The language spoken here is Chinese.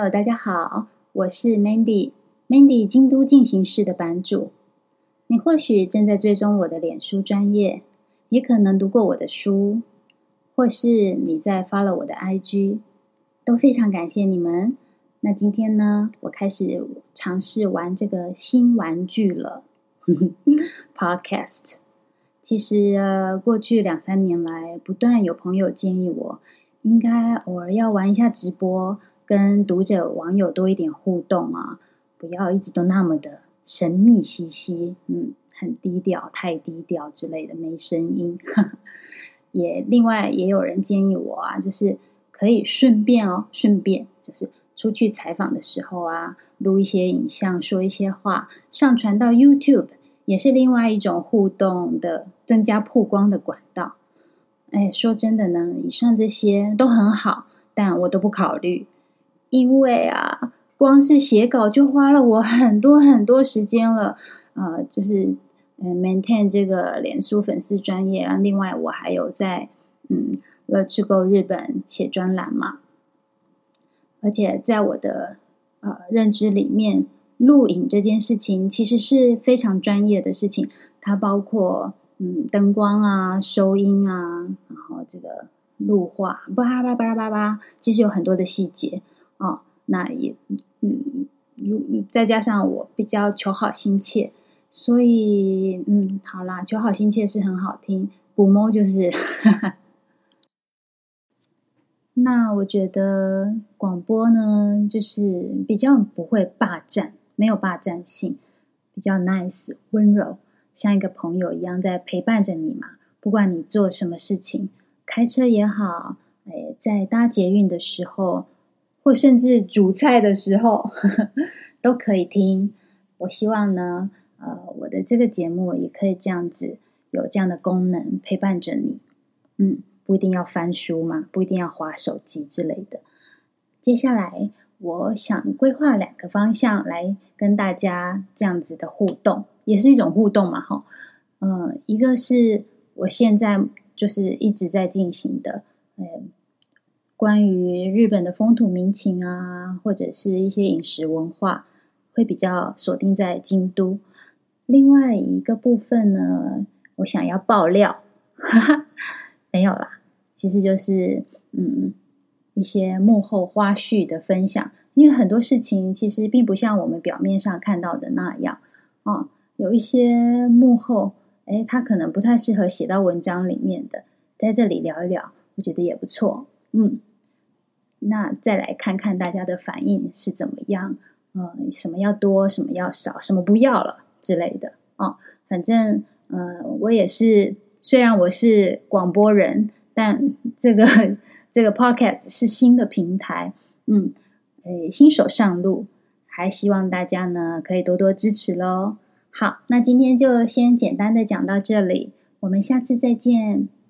友，大家好，我是 Mandy 京都进行式的版主。你或许正在追踪我的脸书专页，也可能读过我的书，或是你在 follow 我的 IG， 都非常感谢你们。那今天呢，我开始尝试玩这个新玩具了，Podcast。其实过去2-3年来，不断有朋友建议我，应该偶尔要玩一下直播，跟读者网友多一点互动啊，不要一直都那么的神秘兮兮，很低调，太低调之类的，没声音。另外也有人建议我啊，就是可以顺便就是出去采访的时候啊，录一些影像，说一些话，上传到 YouTube， 也是另外一种互动的增加曝光的管道。说真的呢，以上这些都很好，但我都不考虑，因为啊，光是写稿就花了我很多时间了，就是maintain 这个脸书粉丝专页啊，另外我还有在乐智购日本写专栏嘛，而且在我的认知里面，录影这件事情其实是非常专业的事情，它包括灯光啊、收音啊，然后这个录画，巴拉巴拉巴拉，其实有很多的细节哦。那也再加上我比较求好心切，所以好啦，求好心切是很好听，古猫就是那我觉得广播呢，就是比较不会霸占，没有霸占性，比较 nice 温柔，像一个朋友一样在陪伴着你嘛。不管你做什么事情，开车也好，在搭捷运的时候，或甚至煮菜的时候都可以听。我希望呢，我的这个节目也可以这样子，有这样的功能陪伴着你。不一定要翻书嘛，不一定要滑手机之类的。接下来我想规划2个方向来跟大家这样子的互动，也是一种互动嘛，一个是我现在就是一直在进行的，关于日本的风土民情啊，或者是一些饮食文化，会比较锁定在京都。另外一个部分呢，我想要爆料，没有啦，其实就是一些幕后花絮的分享，因为很多事情其实并不像我们表面上看到的那样有一些幕后，它可能不太适合写到文章里面的，在这里聊一聊，我觉得也不错。那再来看看大家的反应是怎么样，什么要多，什么要少，什么不要了之类的反正我也是，虽然我是广播人，但这个 podcast 是新的平台，新手上路，还希望大家呢可以多多支持咯。好，那今天就先简单的讲到这里，我们下次再见。